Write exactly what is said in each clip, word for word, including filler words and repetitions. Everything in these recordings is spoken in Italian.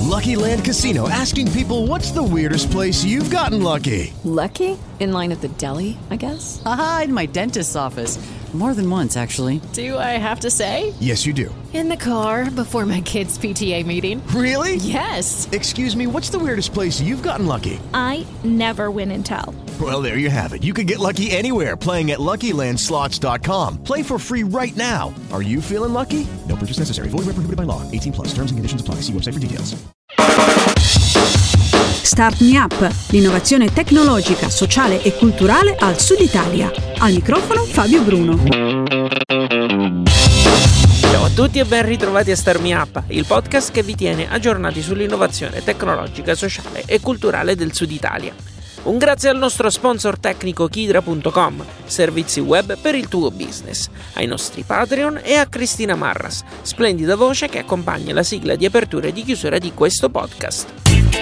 Lucky Land Casino, asking people, what's the weirdest place you've gotten lucky? Lucky? In line at the deli, I guess? Aha, in my dentist's office. More than once, actually. Do I have to say? Yes, you do. In the car before my kids' P T A meeting. Really? Yes. Excuse me, what's the weirdest place you've gotten lucky? I never win and tell. Well, there you have it. You can get lucky anywhere, playing at Lucky Land Slots dot com. Play for free right now. Are you feeling lucky? No purchase necessary. Void where prohibited by law. eighteen plus. Terms and conditions apply. See website for details. Start Me Up, l'innovazione tecnologica, sociale e culturale al Sud Italia. Al microfono Fabio Bruno. Ciao a tutti e ben ritrovati a Start Me Up, il podcast che vi tiene aggiornati sull'innovazione tecnologica, sociale e culturale del Sud Italia. Un grazie al nostro sponsor tecnico Kidra punto com, servizi web per il tuo business, ai nostri Patreon e a Cristina Marras, splendida voce che accompagna la sigla di apertura e di chiusura di questo podcast.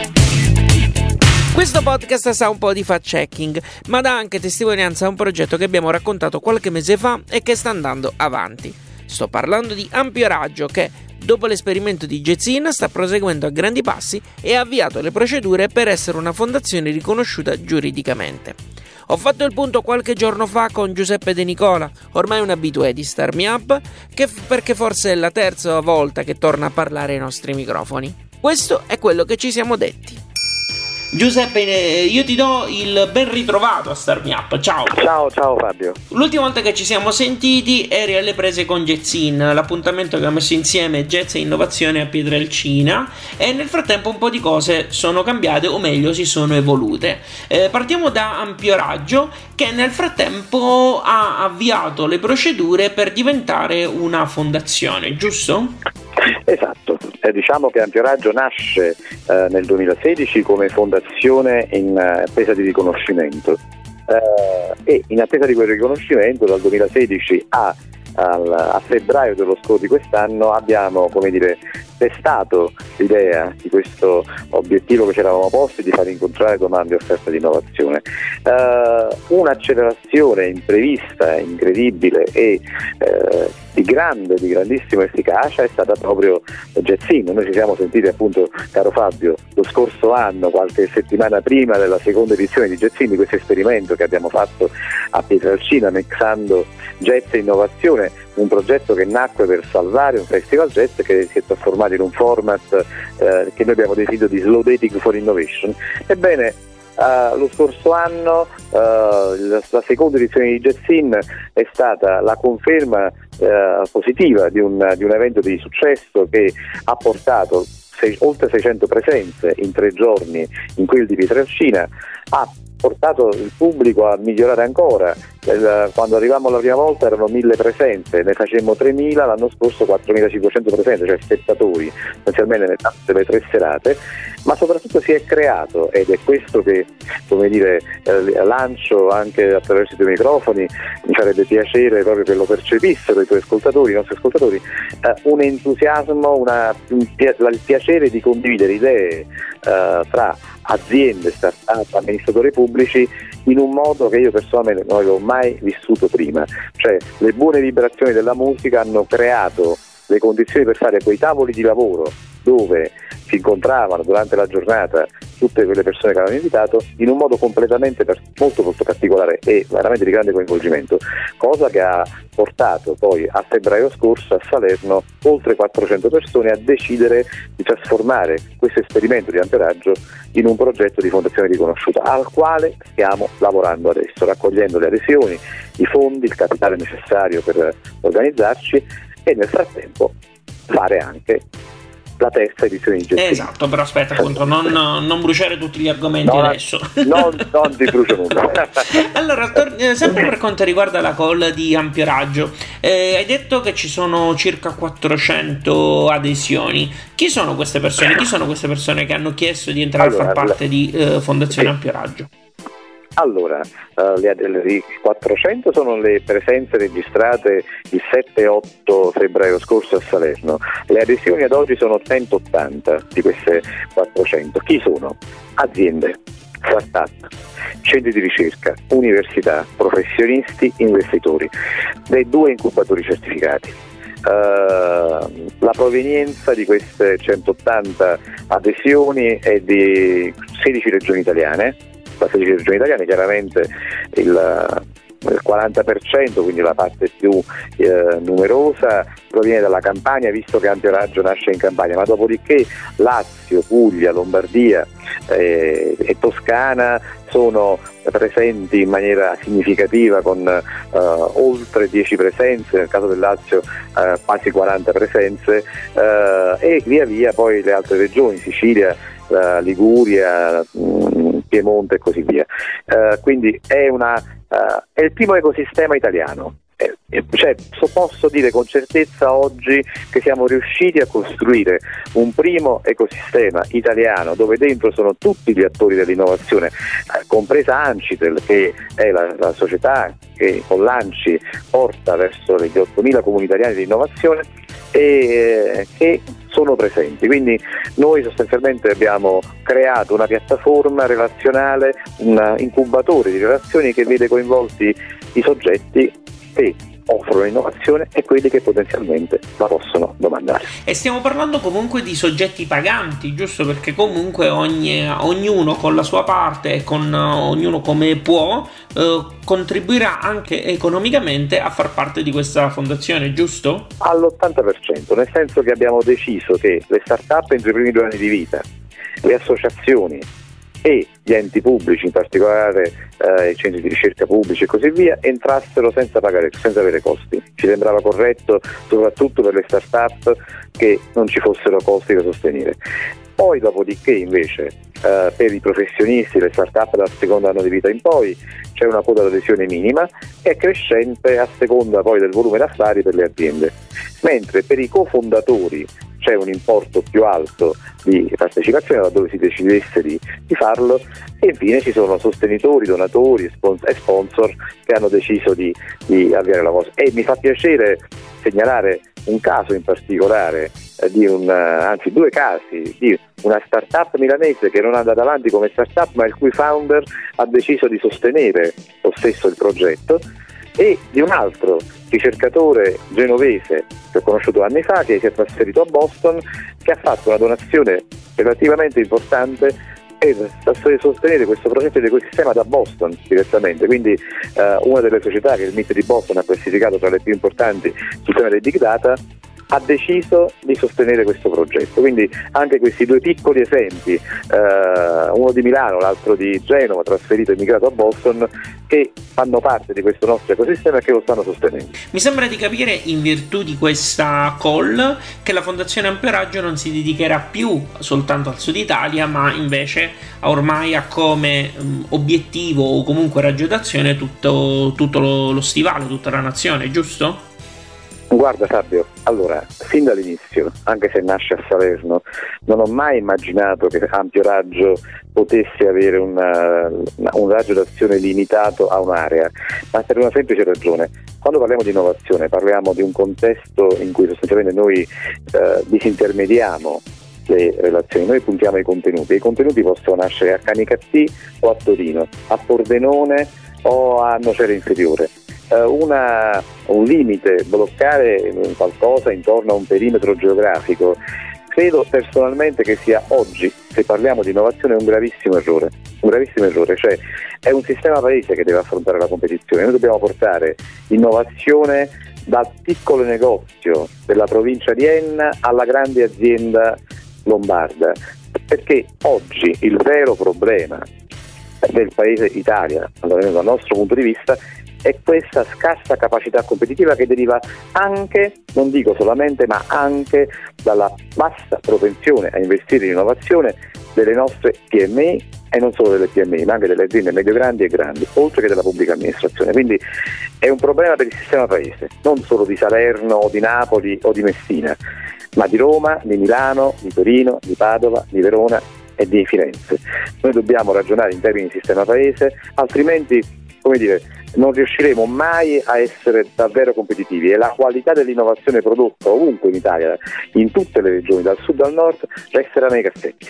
Questo podcast sa un po' di fact-checking, ma dà anche testimonianza a un progetto che abbiamo raccontato qualche mese fa e che sta andando avanti. Sto parlando di Ampio Raggio che, dopo l'esperimento di Getzin, sta proseguendo a grandi passi e ha avviato le procedure per essere una fondazione riconosciuta giuridicamente. Ho fatto il punto qualche giorno fa con Giuseppe De Nicola, ormai un abitué di Start Me Up, che f- perché forse è la terza volta che torna a parlare ai nostri microfoni. Questo è quello che ci siamo detti. Giuseppe, io ti do il ben ritrovato a Start Me Up, ciao. Ciao, ciao Fabio. L'ultima volta che ci siamo sentiti eri alle prese con Getzin, l'appuntamento che ha messo insieme Jazz e Innovazione a Pietrelcina, e nel frattempo un po' di cose sono cambiate, o meglio si sono evolute. Eh, partiamo da Ampio Raggio, che nel frattempo ha avviato le procedure per diventare una fondazione, giusto? Esatto, eh, diciamo che Ampio Raggio nasce eh, nel duemilasedici come fondazione in eh, attesa di riconoscimento eh, e in attesa di quel riconoscimento dal duemilasedici a, al, a febbraio dello scorso di quest'anno abbiamo, come dire, testato l'idea di questo obiettivo che ci eravamo posti di far incontrare domande e offerta di innovazione. Uh, un'accelerazione imprevista, incredibile e uh, di grande, di grandissima efficacia è stata proprio Getzin. Noi ci siamo sentiti appunto, caro Fabio, lo scorso anno, qualche settimana prima della seconda edizione di Getzin, di questo esperimento che abbiamo fatto a Pietrelcina, mixando jazz e innovazione, un progetto che nacque per salvare un festival jazz che si è trasformato in un format eh, che noi abbiamo definito di Slow Dating for Innovation. Ebbene, uh, lo scorso anno uh, la, la seconda edizione di Getzin è stata la conferma uh, positiva di un, di un evento di successo che ha portato sei, oltre seicento presenze in tre giorni in quel di Pietrelcina, ha portato il pubblico a migliorare ancora. Quando arrivammo la prima volta erano mille presenze, ne facemmo tremila, l'anno scorso quattromilacinquecento presenze, cioè spettatori, essenzialmente nelle tre serate, ma soprattutto si è creato, ed è questo che, come dire, eh, lancio anche attraverso i tuoi microfoni, mi farebbe piacere proprio che lo percepissero i tuoi ascoltatori, i nostri ascoltatori, eh, un entusiasmo, una, un, il piacere di condividere idee eh, tra aziende, start-up, amministratori pubblici in un modo che io personalmente non avevo mai vissuto prima. Cioè, le buone vibrazioni della musica hanno creato le condizioni per fare quei tavoli di lavoro dove si incontravano durante la giornata tutte quelle persone che avevano invitato in un modo completamente per, molto molto particolare e veramente di grande coinvolgimento, cosa che ha portato poi a febbraio scorso a Salerno oltre quattrocento persone a decidere di trasformare questo esperimento di Ampio Raggio in un progetto di fondazione riconosciuta al quale stiamo lavorando adesso, raccogliendo le adesioni, i fondi, il capitale necessario per organizzarci e nel frattempo fare anche la terza edizione di Getzin. Esatto, però aspetta, appunto, non, non bruciare tutti gli argomenti no, adesso. Non, non ti brucio nulla. Allora, tor- sempre per quanto riguarda la call di Ampio Raggio, eh, hai detto che ci sono circa quattrocento adesioni. Chi sono queste persone? Chi sono queste persone che hanno chiesto di entrare allora, a far parte la... di eh, Fondazione Ampio Raggio? Allora, uh, le, le quattrocento sono le presenze registrate il sette e otto febbraio scorso a Salerno. Le adesioni ad oggi sono centottanta di queste quattrocento. Chi sono? Aziende, start-up, centri di ricerca, università, professionisti, investitori, dei due incubatori certificati. la provenienza di queste centottanta adesioni è di sedici regioni italiane. Da sedici regioni italiane chiaramente il il quaranta per cento, quindi la parte più eh, numerosa, proviene dalla Campania, visto che Ampio Raggio nasce in Campania, ma dopodiché Lazio, Puglia, Lombardia eh, e Toscana sono presenti in maniera significativa con eh, oltre dieci presenze, nel caso del Lazio eh, quasi quaranta presenze, eh, e via via poi le altre regioni, Sicilia, eh, Liguria, mh, Piemonte e così via. Eh, quindi è una Uh, è il primo ecosistema italiano, eh, eh, cioè, so, posso dire con certezza oggi che siamo riusciti a costruire un primo ecosistema italiano dove dentro sono tutti gli attori dell'innovazione, eh, compresa Ancitel, che è la, la società che con l'Anci porta verso gli ottomila comuni italiani di innovazione e eh, che sono presenti. Quindi noi sostanzialmente abbiamo creato una piattaforma relazionale, un incubatore di relazioni che vede coinvolti i soggetti che offrono innovazione e quelli che potenzialmente la possono domandare. E stiamo parlando comunque di soggetti paganti, giusto? Perché comunque ogni, ognuno con la sua parte e con uh, ognuno come può uh, contribuirà anche economicamente a far parte di questa fondazione, giusto? All'ottanta per cento, nel senso che abbiamo deciso che le start-up entro i primi due anni di vita, le associazioni e gli enti pubblici, in particolare eh, i centri di ricerca pubblici e così via, entrassero senza pagare, senza avere costi. Ci sembrava corretto, soprattutto per le start-up, che non ci fossero costi da sostenere. Poi dopodiché invece eh, per i professionisti, le start-up dal secondo anno di vita in poi, c'è una quota d'adesione minima che è crescente a seconda poi del volume d'affari per le aziende, mentre per i cofondatori c'è un importo più alto di partecipazione laddove si decidesse di, di farlo, e infine ci sono sostenitori, donatori e sponsor che hanno deciso di, di avviare la cosa. E mi fa piacere segnalare un caso in particolare, eh, di un, anzi due casi di una startup milanese che non è andata avanti come startup, ma il cui founder ha deciso di sostenere lo stesso il progetto, e di un altro ricercatore genovese che ho conosciuto anni fa, che si è trasferito a Boston, che ha fatto una donazione relativamente importante per sostenere questo progetto di ecosistema da Boston direttamente. Quindi eh, una delle società che il M I T di Boston ha classificato tra le più importanti sul tema dei big data ha deciso di sostenere questo progetto. Quindi anche questi due piccoli esempi, eh, uno di Milano, l'altro di Genova, trasferito e migrato a Boston, che fanno parte di questo nostro ecosistema e che lo stanno sostenendo. Mi sembra di capire, in virtù di questa call, che la Fondazione Ampio Raggio non si dedicherà più soltanto al Sud Italia, ma invece ormai ha come um, obiettivo o comunque raggio d'azione tutto, tutto lo, lo stivale, tutta la nazione, giusto? Guarda Fabio, allora, fin dall'inizio, anche se nasce a Salerno, non ho mai immaginato che Ampio Raggio potesse avere una, un raggio d'azione limitato a un'area, ma per una semplice ragione. Quando parliamo di innovazione parliamo di un contesto in cui sostanzialmente noi eh, disintermediamo le relazioni, noi puntiamo ai contenuti, e i contenuti possono nascere a Canicattì o a Torino, a Pordenone o a Nocera Inferiore. Una, un limite, bloccare qualcosa intorno a un perimetro geografico, credo personalmente che sia oggi, se parliamo di innovazione, un gravissimo errore, un gravissimo errore, cioè è un sistema paese che deve affrontare la competizione. Noi dobbiamo portare innovazione dal piccolo negozio della provincia di Enna alla grande azienda lombarda, perché oggi il vero problema del paese Italia, dal nostro punto di vista, è questa scarsa capacità competitiva che deriva anche, non dico solamente, ma anche dalla bassa propensione a investire in innovazione delle nostre P M I, e non solo delle P M I, ma anche delle aziende medio-grandi e grandi, oltre che della pubblica amministrazione. Quindi è un problema per il sistema paese, non solo di Salerno o di Napoli o di Messina, ma di Roma, di Milano, di Torino, di Padova, di Verona e di Firenze. Noi dobbiamo ragionare in termini di sistema paese, altrimenti, come dire, non riusciremo mai a essere davvero competitivi, e la qualità dell'innovazione prodotta ovunque in Italia, in tutte le regioni, dal sud al nord, resterà nei cassetti.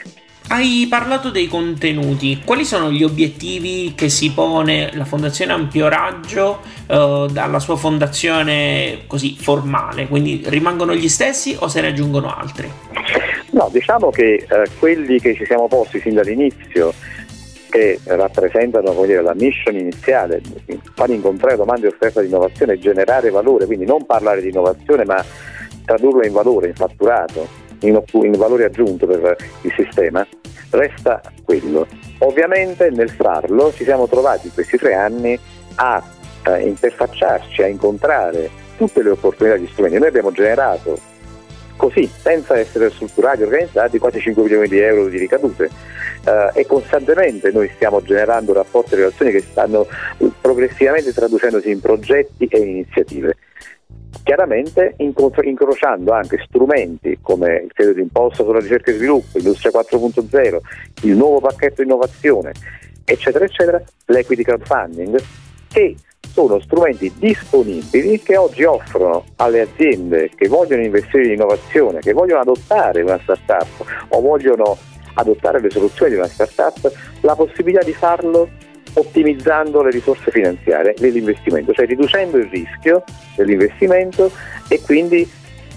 Hai parlato dei contenuti, quali sono gli obiettivi che si pone la Fondazione Ampio Raggio eh, dalla sua fondazione così formale? Quindi rimangono gli stessi o se ne aggiungono altri? No, diciamo che eh, quelli che ci siamo posti sin dall'inizio, che rappresentano, come dire, la mission iniziale, far incontrare domande e offerta di innovazione e generare valore, quindi non parlare di innovazione ma tradurlo in valore, in fatturato, in, in valore aggiunto per il sistema, resta quello. Ovviamente nel farlo ci siamo trovati in questi tre anni a eh, interfacciarci, a incontrare tutte le opportunità di strumenti. Noi abbiamo generato così, senza essere strutturati e organizzati, quasi cinque milioni di euro di ricadute uh, e costantemente noi stiamo generando rapporti e relazioni che stanno progressivamente traducendosi in progetti e iniziative. Chiaramente incro- incrociando anche strumenti come il credito d'imposta sulla ricerca e sviluppo, Industria quattro punto zero, il nuovo pacchetto innovazione, eccetera eccetera, l'equity crowdfunding, che sono strumenti disponibili che oggi offrono alle aziende che vogliono investire in innovazione, che vogliono adottare una startup o vogliono adottare le soluzioni di una startup, la possibilità di farlo ottimizzando le risorse finanziarie dell'investimento, cioè riducendo il rischio dell'investimento e quindi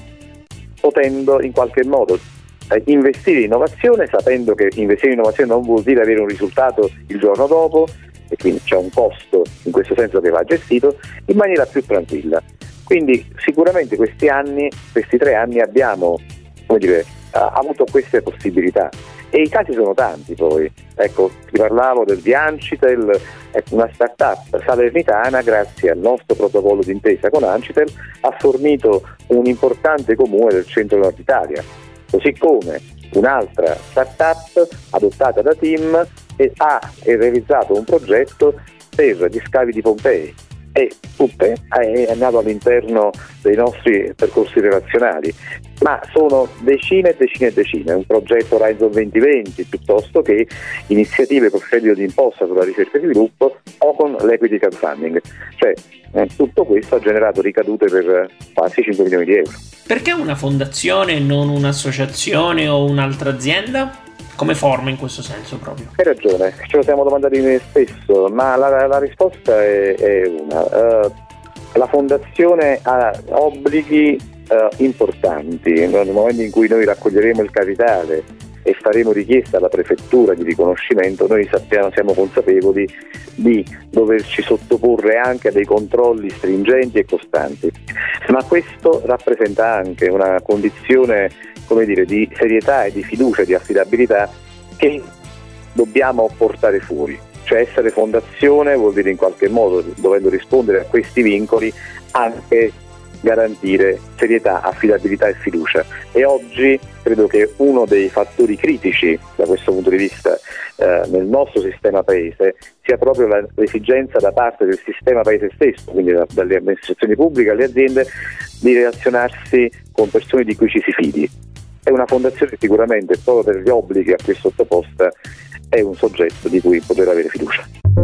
potendo in qualche modo investire in innovazione, sapendo che investire in innovazione non vuol dire avere un risultato il giorno dopo, e quindi c'è un costo in questo senso che va gestito in maniera più tranquilla. Quindi sicuramente questi anni, questi tre anni abbiamo, come dire, avuto queste possibilità e i casi sono tanti. Poi ecco, ti parlavo del di Ancitel, una startup salernitana, grazie al nostro protocollo d'intesa con Ancitel, ha fornito un importante comune del centro-nord Italia, così come un'altra startup adottata da Team e ha realizzato un progetto per gli scavi di Pompei e tutte è nato all'interno dei nostri percorsi relazionali, ma sono decine e decine e decine, un progetto Horizon duemilaventi piuttosto che iniziative con credito d'imposta sulla ricerca e sviluppo o con l'equity crowdfunding, cioè eh, tutto questo ha generato ricadute per quasi cinque milioni di euro. Perché una fondazione e non un'associazione o un'altra azienda? Come forma in questo senso proprio? Hai ragione, ce lo siamo domandati noi spesso, ma la, la risposta è, è una. Uh, la fondazione ha obblighi uh, importanti. Nel momento in cui noi raccoglieremo il capitale e faremo richiesta alla prefettura di riconoscimento, noi sappiamo, siamo consapevoli di doverci sottoporre anche a dei controlli stringenti e costanti, ma questo rappresenta anche una condizione, come dire, di serietà e di fiducia, di affidabilità che dobbiamo portare fuori. Cioè essere fondazione vuol dire in qualche modo, dovendo rispondere a questi vincoli, anche garantire serietà, affidabilità e fiducia. E oggi credo che uno dei fattori critici da questo punto di vista eh, nel nostro sistema paese sia proprio la, l'esigenza da parte del sistema paese stesso, quindi da, dalle amministrazioni pubbliche alle aziende, di relazionarsi con persone di cui ci si fidi. È una fondazione sicuramente, proprio per gli obblighi a cui è sottoposta, è un soggetto di cui poter avere fiducia.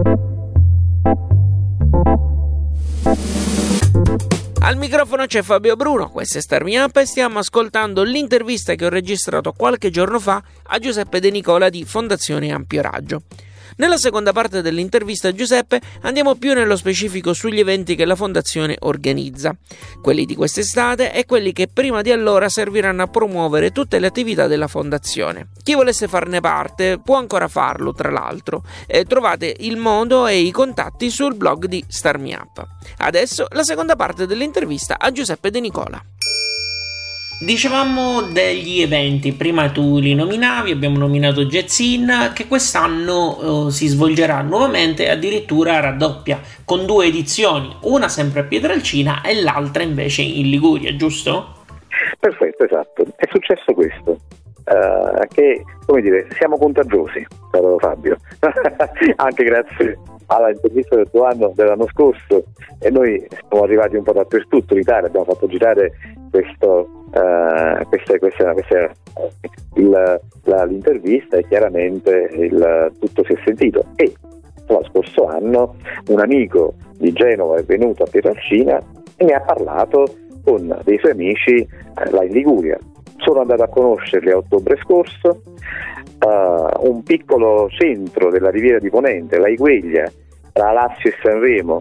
Al microfono c'è Fabio Bruno, questo è Start Me Up e stiamo ascoltando l'intervista che ho registrato qualche giorno fa a Giuseppe De Nicola di Fondazione Ampio Raggio. Nella seconda parte dell'intervista a Giuseppe andiamo più nello specifico sugli eventi che la Fondazione organizza, quelli di quest'estate e quelli che prima di allora serviranno a promuovere tutte le attività della Fondazione. Chi volesse farne parte può ancora farlo, tra l'altro, e trovate il modo e i contatti sul blog di Start Me Up. Adesso la seconda parte dell'intervista a Giuseppe De Nicola. Dicevamo degli eventi, prima tu li nominavi, abbiamo nominato Jazzin, che quest'anno uh, si svolgerà nuovamente, addirittura raddoppia, con due edizioni, una sempre a Pietrelcina e l'altra invece in Liguria, giusto? Perfetto, esatto. È successo questo, uh, che, come dire, siamo contagiosi, caro Fabio, anche grazie alla intervista del tuo anno dell'anno scorso, e noi siamo arrivati un po' dappertutto in Italia, abbiamo fatto girare questo Uh, questa, questa, questa il, la, l'intervista e chiaramente il, tutto si è sentito. E lo scorso anno un amico di Genova è venuto a Pietrelcina e mi ha parlato con dei suoi amici uh, là in Liguria. Sono andato a conoscerli a ottobre scorso, uh, uh, un piccolo centro della Riviera di Ponente, La Igueglia, tra Alassio e Sanremo,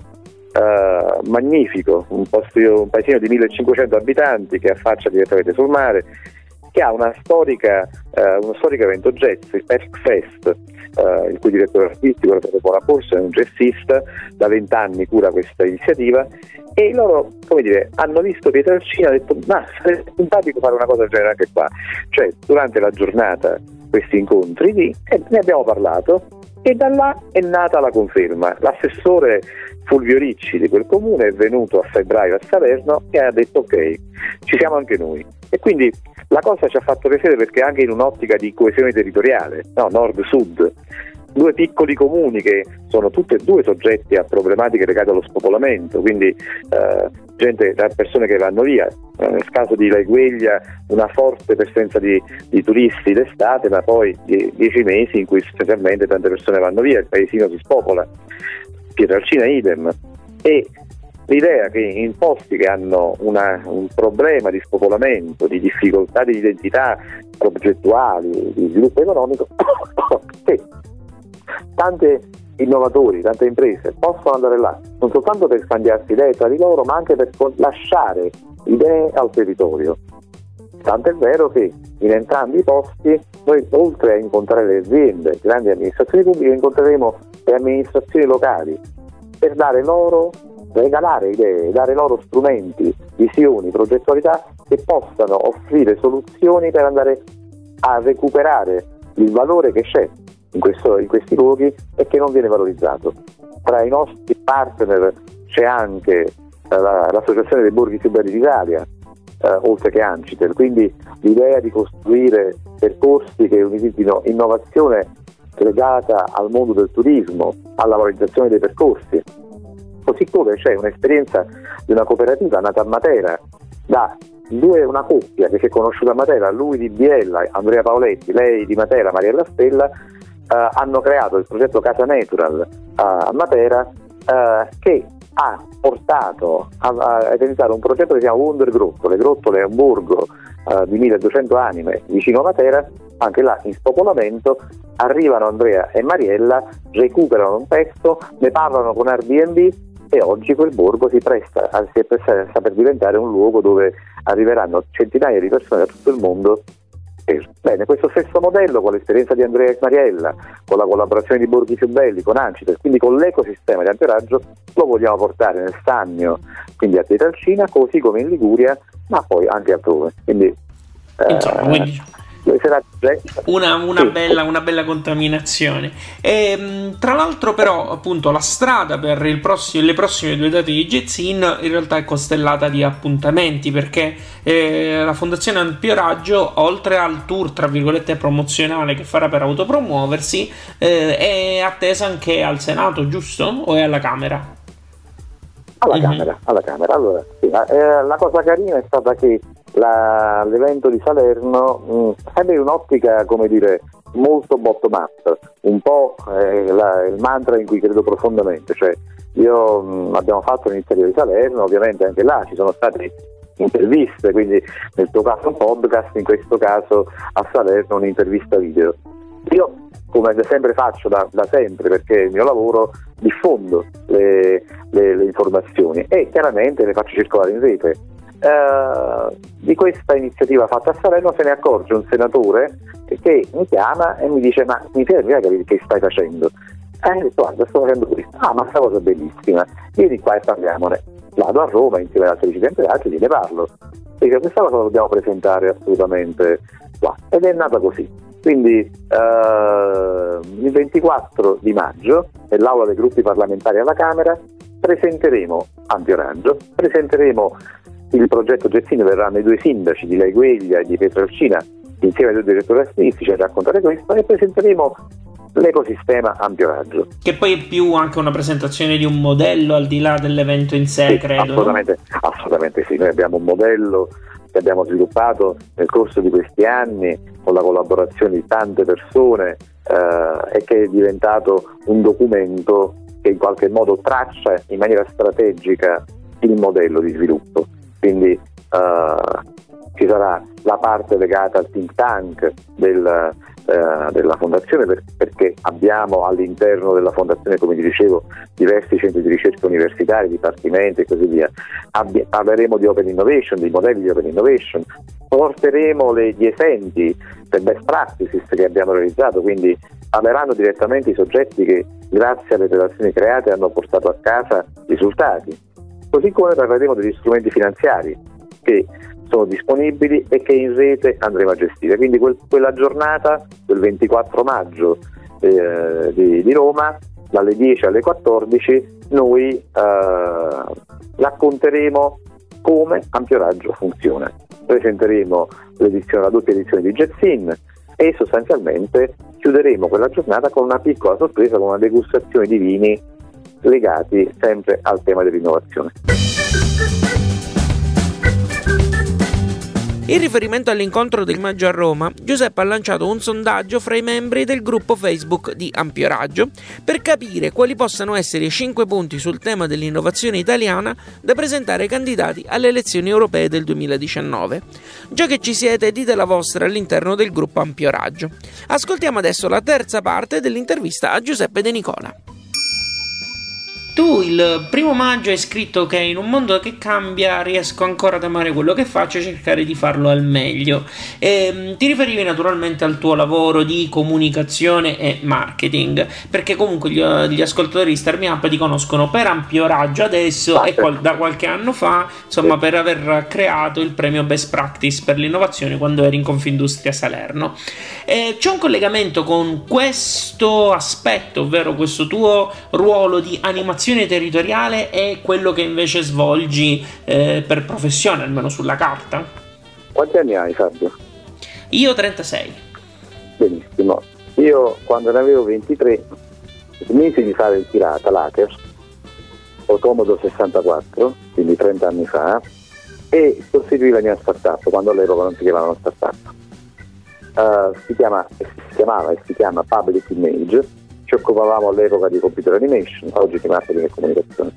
uh, magnifico, un, posto, un paesino di millecinquecento abitanti che affaccia direttamente sul mare, che ha una storica, uh, uno storico evento jazz, il Perfect Fest, uh, il cui direttore artistico, Roberto Bonapolso, è un jazzista, da vent'anni cura questa iniziativa, e loro, come dire, hanno visto Pietrelcina e hanno detto ma sarebbe simpatico fare una cosa del genere anche qua, cioè durante la giornata questi incontri lì, e ne abbiamo parlato e da là è nata la conferma. L'assessore Fulvio Ricci di quel comune è venuto a febbraio a Salerno e ha detto ok, ci siamo anche noi, e quindi la cosa ci ha fatto piacere perché anche in un'ottica di coesione territoriale, no, nord-sud, due piccoli comuni che sono tutti e due soggetti a problematiche legate allo spopolamento, quindi eh, gente, persone che vanno via, eh, nel caso di La Igueglia una forte presenza di, di turisti d'estate, ma poi die, dieci mesi in cui specialmente tante persone vanno via, il paesino si spopola, Pietrelcina idem, e l'idea che in posti che hanno una, un problema di spopolamento, di difficoltà di identità progettuali, di sviluppo economico, che tante innovatori, tante imprese possono andare là, non soltanto per scambiarsi idee tra di loro, ma anche per lasciare idee al territorio. Tant'è vero che in entrambi i posti noi, oltre a incontrare le aziende, grandi amministrazioni pubbliche, incontreremo le amministrazioni locali per dare loro, regalare idee, dare loro strumenti, visioni, progettualità che possano offrire soluzioni per andare a recuperare il valore che c'è in, questo, in questi luoghi e che non viene valorizzato. Tra i nostri partner c'è anche la, l'associazione dei borghi più belli d'Italia, eh, oltre che Ancitel, quindi l'idea di costruire percorsi che unifichino innovazione legata al mondo del turismo, alla valorizzazione dei percorsi, così come c'è un'esperienza di una cooperativa nata a Matera da due, una coppia che si è conosciuta a Matera, lui di Biella, Andrea Paoletti, lei di Matera, Mariella Stella, eh, hanno creato il progetto Casa Natural eh, a Matera, eh, che ha portato a, a realizzare un progetto che si chiama Wonder Grottole. Le Grottole è un borgo eh, di milleduecento anime vicino a Matera, anche là in spopolamento. Arrivano Andrea e Mariella, recuperano un pezzo, ne parlano con Airbnb e oggi quel borgo si presta, si presta per diventare un luogo dove arriveranno centinaia di persone da tutto il mondo. Bene, questo stesso modello con l'esperienza di Andrea e Mariella, con la collaborazione di Borghi Più Belli, con Ancitel, quindi con l'ecosistema di Ampio Raggio, lo vogliamo portare nel Sannio, quindi a Pietrelcina, così come in Liguria, ma poi anche altrove. Quindi, Insomma, eh, quindi una, una, sì. bella, una bella contaminazione. E, tra l'altro, però, appunto, la strada per il prossimo, le prossime due date di Jazzin in realtà è costellata di appuntamenti, perché eh, la Fondazione Ampio Raggio, oltre al tour tra virgolette promozionale che farà per autopromuoversi, eh, è attesa anche al Senato, giusto? O è alla Camera? Alla Mm-hmm. Camera, alla Camera. Allora, sì, eh, la cosa carina è stata che la, l'evento di Salerno mh, sembra in un'ottica, come dire, molto bottom up, un po' eh, la, il mantra in cui credo profondamente, cioè io mh, abbiamo fatto l'iniziativa di Salerno, ovviamente anche là ci sono state interviste, quindi nel tuo caso un podcast, in questo caso a Salerno un'intervista video. Io, come sempre faccio da, da sempre, perché il mio lavoro, diffondo le, le, le informazioni e chiaramente le faccio circolare in rete. Uh, di questa iniziativa fatta a Salerno se ne accorge un senatore che mi chiama e mi dice: ma mi fermi a capire che stai facendo? Eh, detto, guarda, sto facendo questo. Ah, ma questa cosa è bellissima, vieni qua e parliamone. Vado a Roma insieme alla Presidente Raggio, gliene parlo e dico: questa cosa la dobbiamo presentare assolutamente qua, ed è nata così. Quindi uh, il ventiquattro di maggio nell'aula dei gruppi parlamentari alla Camera presenteremo Ampio Raggio, presenteremo il progetto Jazzin, verranno i due sindaci di La Igueglia e di Pietrelcina insieme ai due direttori artistici a raccontare questo, e presenteremo l'ecosistema Ampio Raggio. Che poi è più anche una presentazione di un modello al di là dell'evento in sé, sì, credo. Assolutamente, assolutamente sì, noi abbiamo un modello che abbiamo sviluppato nel corso di questi anni con la collaborazione di tante persone eh, e che è diventato un documento che in qualche modo traccia in maniera strategica il modello di sviluppo. Quindi uh, ci sarà la parte legata al think tank del, eh, della fondazione, per, perché abbiamo all'interno della fondazione, come vi dicevo, diversi centri di ricerca universitari, dipartimenti e così via. Abbi- parleremo di open innovation, di modelli di open innovation, porteremo le, gli esempi, le best practices che abbiamo realizzato, quindi parleranno direttamente i soggetti che grazie alle relazioni create hanno portato a casa risultati. Così come parleremo degli strumenti finanziari che sono disponibili e che in rete andremo a gestire. Quindi quel, quella giornata del ventiquattro maggio eh, di, di Roma, dalle dieci alle quattordici, noi eh, racconteremo come Ampio Raggio funziona. Presenteremo l'edizione, la doppia edizione di Jetsin e sostanzialmente chiuderemo quella giornata con una piccola sorpresa, con una degustazione di vini legati sempre al tema dell'innovazione. In riferimento all'incontro del maggio a Roma, Giuseppe ha lanciato un sondaggio fra i membri del gruppo Facebook di Ampio Raggio per capire quali possano essere i cinque punti sul tema dell'innovazione italiana da presentare ai candidati alle elezioni europee del duemiladiciannove. Già che ci siete, dite la vostra all'interno del gruppo Ampio Raggio. Ascoltiamo adesso la terza parte dell'intervista a Giuseppe De Nicola. Tu il primo maggio hai scritto che in un mondo che cambia riesco ancora ad amare quello che faccio e cercare di farlo al meglio. E, ti riferivi naturalmente al tuo lavoro di comunicazione e marketing, perché comunque gli, gli ascoltatori di Start Me Up ti conoscono per Ampio Raggio adesso e qual, da qualche anno fa, insomma, per aver creato il premio Best Practice per l'innovazione quando eri in Confindustria Salerno. E c'è un collegamento con questo aspetto, ovvero questo tuo ruolo di animazione territoriale e quello che invece svolgi eh, per professione, almeno sulla carta? Quanti anni hai, Fabio? Io trentasei. Benissimo. Io quando ne avevo ventitré smisi di fare il pirata, l'hacker, ho Commodore sessantaquattro, quindi trenta anni fa, e sostituì la mia startup, quando all'epoca non si chiamavano startup. Uh, si, chiama, si chiamava e si chiama Public Image. Ci occupavamo all'epoca di computer animation, oggi di marketing e comunicazione.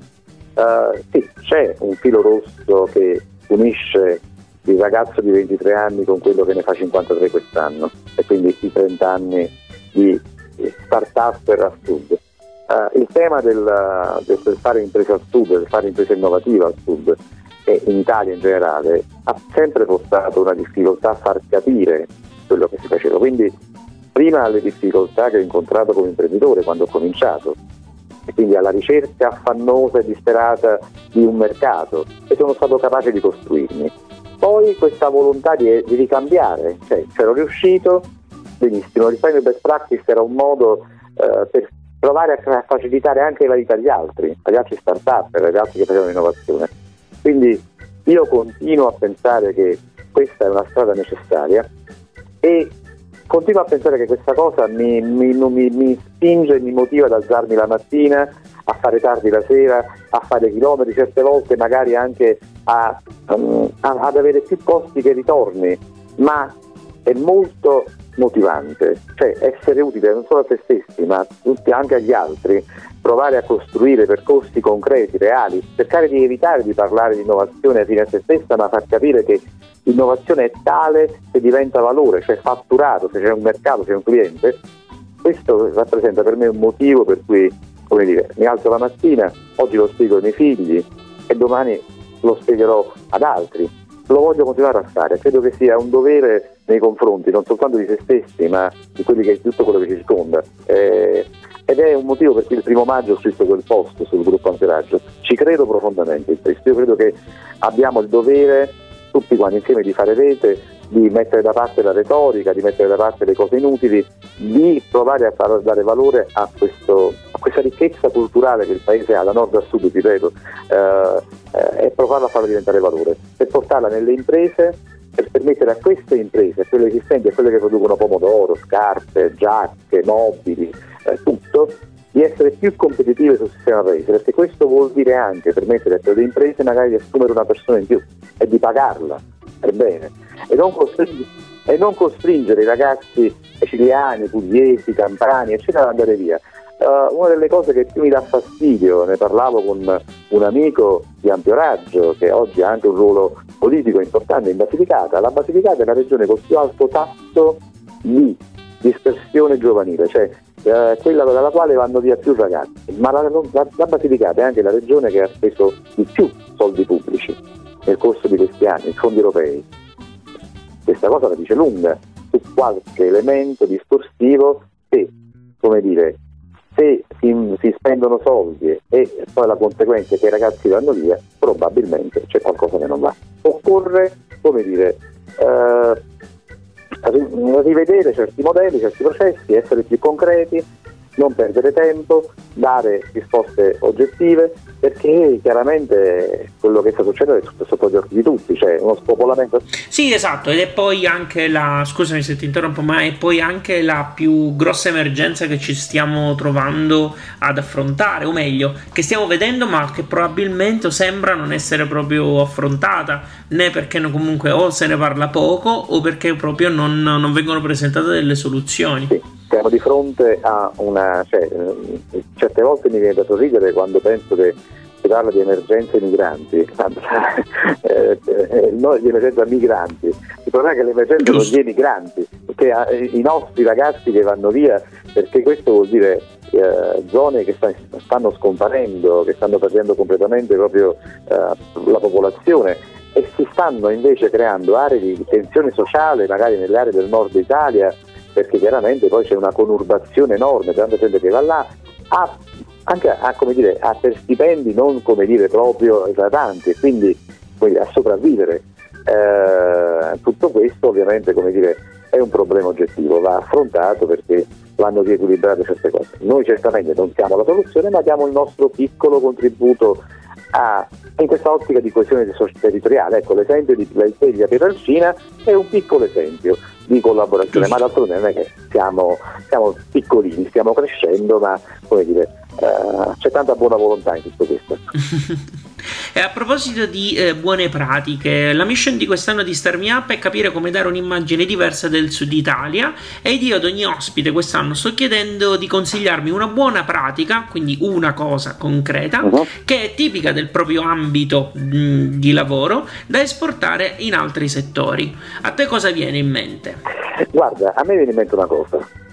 Uh, sì, c'è un filo rosso che unisce il ragazzo di ventitré anni con quello che ne fa cinquantatré quest'anno, e quindi i trenta anni di start-up al sud. Uh, il tema del, del fare impresa al sud, del fare impresa innovativa al sud e in Italia in generale ha sempre portato una difficoltà a far capire quello che si faceva. Quindi prima le difficoltà che ho incontrato come imprenditore quando ho cominciato, e quindi alla ricerca affannosa e disperata di un mercato, e sono stato capace di costruirmi. Poi questa volontà di, di ricambiare, cioè c'ero riuscito, benissimo, il premio Best Practice era un modo eh, per provare a facilitare anche la vita agli altri, agli altri start-up, agli altri che facevano innovazione. Quindi io continuo a pensare che questa è una strada necessaria e continuo a pensare che questa cosa mi, mi, mi, mi spinge e mi motiva ad alzarmi la mattina, a fare tardi la sera, a fare chilometri, certe volte magari anche a, um, a, ad avere più costi che ritorni, ma è molto motivante, cioè essere utile non solo a te stessi ma anche agli altri, provare a costruire percorsi concreti, reali, cercare di evitare di parlare di innovazione fine a se stessa, ma far capire che l'innovazione è tale se diventa valore, cioè fatturato, se c'è un mercato, se c'è un cliente. Questo rappresenta per me un motivo per cui, come dire, mi alzo la mattina, oggi lo spiego ai miei figli e domani lo spiegherò ad altri. Lo voglio continuare a fare, credo che sia un dovere nei confronti non soltanto di se stessi ma di quelli che, tutto quello che ci circonda. Eh, ed è un motivo per cui il primo maggio ho scritto quel post sul gruppo Ampio Raggio. Ci credo profondamente in questo, io credo che abbiamo il dovere tutti quanti insieme di fare rete, di mettere da parte la retorica, di mettere da parte le cose inutili, di provare a far dare valore a, questo, a questa ricchezza culturale che il paese ha da nord a sud, ripeto, eh, eh, e provarla a farla diventare valore, per portarla nelle imprese, per permettere a queste imprese, a quelle esistenti, a quelle che producono pomodoro, scarpe, giacche, mobili, eh, tutto, di essere più competitive sul sistema paese, perché questo vuol dire anche permettere a quelle imprese magari di assumere una persona in più e di pagarla per bene e non, costring- e non costringere i ragazzi siciliani, pugliesi, campani eccetera ad andare via. Uh, una delle cose che più mi dà fastidio, ne parlavo con un amico di Ampio Raggio che oggi ha anche un ruolo politico importante in Basilicata. La Basilicata è la regione con più alto tasso di dispersione giovanile, cioè eh, quella dalla quale vanno via più ragazzi, ma la, la, la Basilicata è anche la regione che ha speso di più soldi pubblici nel corso di questi anni, fondi europei. Questa cosa la dice lunga su qualche elemento distorsivo che, come dire, se si, si spendono soldi e poi la conseguenza è che i ragazzi vanno via, probabilmente c'è qualcosa che non va. Occorre, come dire, eh, rivedere certi modelli, certi processi, essere più concreti, non perdere tempo, dare risposte oggettive, perché chiaramente quello che sta succedendo è tutto sotto gli occhi di tutti, cioè uno spopolamento. Sì, esatto, ed è poi anche la, scusami se ti interrompo, ma è poi anche la più grossa emergenza che ci stiamo trovando ad affrontare, o meglio, che stiamo vedendo ma che probabilmente sembra non essere proprio affrontata, né perché no, comunque o se ne parla poco o perché proprio non, non vengono presentate delle soluzioni. Sì. Siamo di fronte a una, cioè, certe volte mi viene da sorridere quando penso che si parla di emergenze migranti, eh, eh, non di emergenza migranti. Il problema è che l'emergenza non di migranti, perché eh, i nostri ragazzi che vanno via, perché questo vuol dire eh, zone che sta, stanno scomparendo, che stanno perdendo completamente proprio eh, la popolazione, e si stanno invece creando aree di tensione sociale, magari nelle aree del nord Italia, perché chiaramente poi c'è una conurbazione enorme, tanta gente che va là, a, anche a, come dire, a per stipendi non come dire proprio eclatanti, e quindi dire, a sopravvivere. Eh, tutto questo ovviamente come dire, è un problema oggettivo, va affrontato perché vanno riequilibrate certe cose. Noi certamente non siamo la soluzione, ma diamo il nostro piccolo contributo a, in questa ottica di coesione territoriale. Ecco, l'esempio di Pleglia Pietralcina è un piccolo esempio di collaborazione, ma d'altronde non è che siamo, siamo piccolini, stiamo crescendo, ma come dire, uh, c'è tanta buona volontà in tutto questo. E a proposito di eh, buone pratiche, la mission di quest'anno di Start Me Up è capire come dare un'immagine diversa del Sud Italia, ed io ad ogni ospite quest'anno sto chiedendo di consigliarmi una buona pratica, quindi una cosa concreta, uh-huh. che è tipica del proprio ambito mh, di lavoro, da esportare in altri settori. A te cosa viene in mente? Guarda, a me viene in mente una cosa,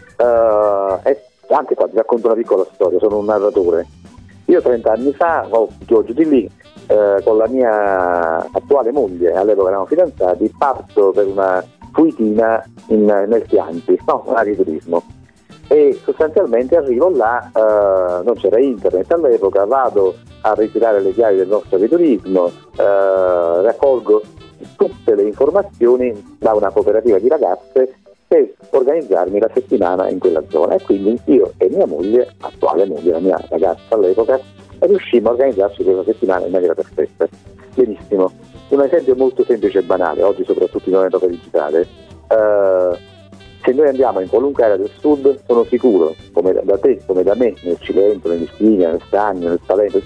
uh, è, anche qua ti racconto una piccola storia, sono un narratore. Io trenta anni fa, oh, giù di lì, eh, con la mia attuale moglie, all'epoca eravamo fidanzati, parto per una fuitina in, nel Chianti, no, un agriturismo, e sostanzialmente arrivo là, eh, non c'era internet all'epoca, vado a ritirare le chiavi del nostro agriturismo, eh, raccolgo tutte le informazioni da una cooperativa di ragazze per organizzarmi la settimana in quella zona, e quindi io e mia moglie, attuale moglie, la mia ragazza all'epoca, riuscimmo a organizzarci quella settimana in maniera perfetta. Benissimo. Un esempio molto semplice e banale, oggi soprattutto in un'epoca digitale, eh, se noi andiamo in qualunque area del sud, sono sicuro, come da te, come da me, nel Cilento, nell'Ispigna, nel Stagno, nel Salento,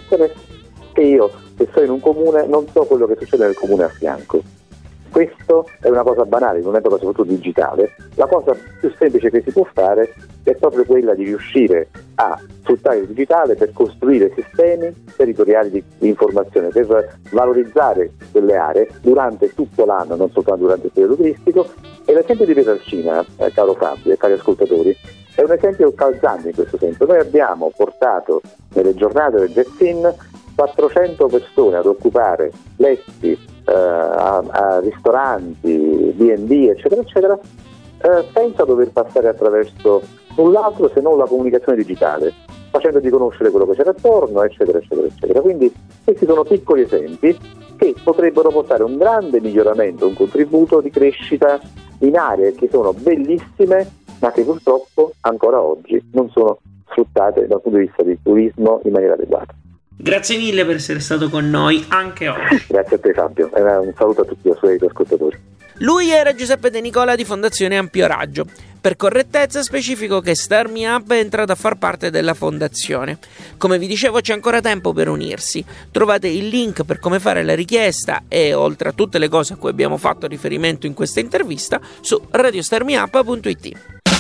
che io, se sono in un comune, non so quello che succede nel comune a fianco. Questo è una cosa banale in un'epoca soprattutto digitale. La cosa più semplice che si può fare è proprio quella di riuscire a sfruttare il digitale per costruire sistemi territoriali di, di informazione, per valorizzare quelle aree durante tutto l'anno, non soltanto durante il periodo turistico. E l'esempio di Pietralcina, eh, caro Fabio e cari ascoltatori, è un esempio calzante in questo senso. Noi abbiamo portato nelle giornate del Jetsin quattrocento persone ad occupare letti, Uh, a, a ristoranti, B and B, eccetera, eccetera, uh, senza dover passare attraverso null'altro se non la comunicazione digitale, facendogli conoscere quello che c'era attorno, eccetera, eccetera, eccetera. Quindi questi sono piccoli esempi che potrebbero portare un grande miglioramento, un contributo di crescita in aree che sono bellissime, ma che purtroppo ancora oggi non sono sfruttate dal punto di vista del turismo in maniera adeguata. Grazie mille per essere stato con noi anche oggi. Grazie a te Fabio, e un saluto a tutti i suoi ascoltatori. Lui era Giuseppe De Nicola di Fondazione Ampio Raggio. Per correttezza specifico che Start Me Up è entrato a far parte della fondazione. Come vi dicevo, c'è ancora tempo per unirsi. Trovate il link per come fare la richiesta e oltre a tutte le cose a cui abbiamo fatto riferimento in questa intervista su radio star me up punto it.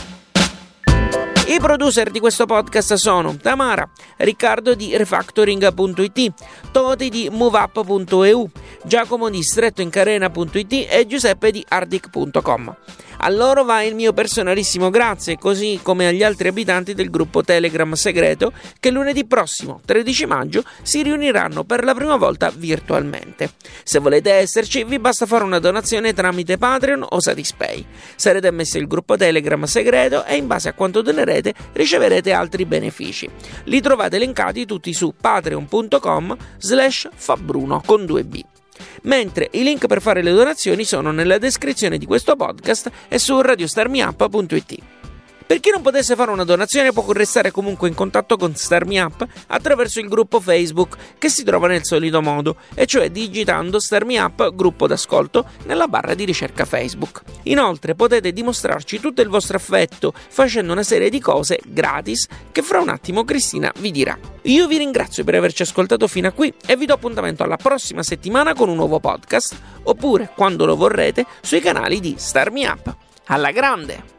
I producer di questo podcast sono Tamara, Riccardo di refactoring punto it, Toti di moveup punto e u, Giacomo di strettoincarena punto it e Giuseppe di ardic punto com. A loro va il mio personalissimo grazie, così come agli altri abitanti del gruppo Telegram segreto che lunedì prossimo, tredici maggio, si riuniranno per la prima volta virtualmente. Se volete esserci, vi basta fare una donazione tramite Patreon o Satispay. Sarete ammessi al gruppo Telegram segreto e in base a quanto donerete riceverete altri benefici. Li trovate elencati tutti su patreon punto com slash fabbruno con due B. Mentre i link per fare le donazioni sono nella descrizione di questo podcast e su radio star me up punto it. Per chi non potesse fare una donazione può restare comunque in contatto con Star Me Up attraverso il gruppo Facebook che si trova nel solito modo, e cioè digitando Star Me Up gruppo d'ascolto nella barra di ricerca Facebook. Inoltre potete dimostrarci tutto il vostro affetto facendo una serie di cose gratis che fra un attimo Cristina vi dirà. Io vi ringrazio per averci ascoltato fino a qui e vi do appuntamento alla prossima settimana con un nuovo podcast, oppure, quando lo vorrete, sui canali di Star Me Up. Alla grande!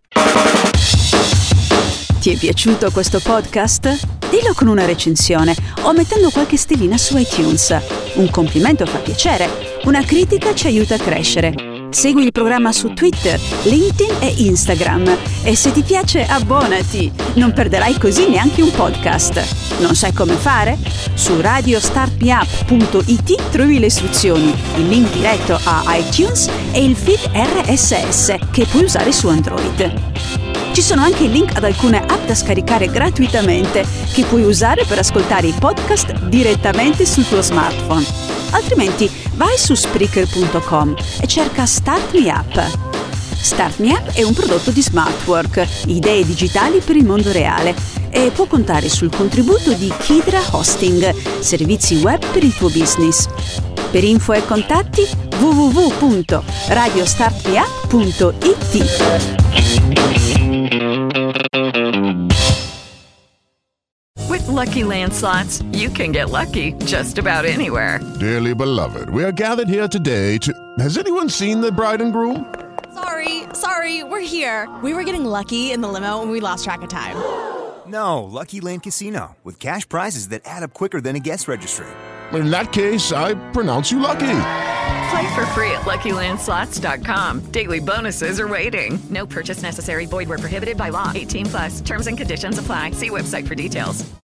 Ti è piaciuto questo podcast? Dillo con una recensione o mettendo qualche stellina su iTunes. Un complimento fa piacere, una critica ci aiuta a crescere. Segui il programma su Twitter, LinkedIn e Instagram. E se ti piace, abbonati. Non perderai così neanche un podcast. Non sai come fare? Su radio start me up punto it trovi le istruzioni, il link diretto a iTunes e il feed R S S che puoi usare su Android. Ci sono anche i link ad alcune app da scaricare gratuitamente che puoi usare per ascoltare i podcast direttamente sul tuo smartphone. Altrimenti vai su spreaker punto com e cerca Start Me Up. Start Me Up è un prodotto di Smartwork, idee digitali per il mondo reale, e può contare sul contributo di Kidra Hosting, servizi web per il tuo business. Per info e contatti w w w punto radio start me up punto it. With Lucky Land Slots, you can get lucky just about anywhere. Dearly beloved, we are gathered here today to... Has anyone seen the bride and groom? Sorry, sorry, we're here. We were getting lucky in the limo and we lost track of time. No, Lucky Land Casino, with cash prizes that add up quicker than a guest registry. In that case, I pronounce you lucky. Play for free at lucky land slots dot com. Daily bonuses are waiting. No purchase necessary. Void where prohibited by law. eighteen plus. Terms and conditions apply. See website for details.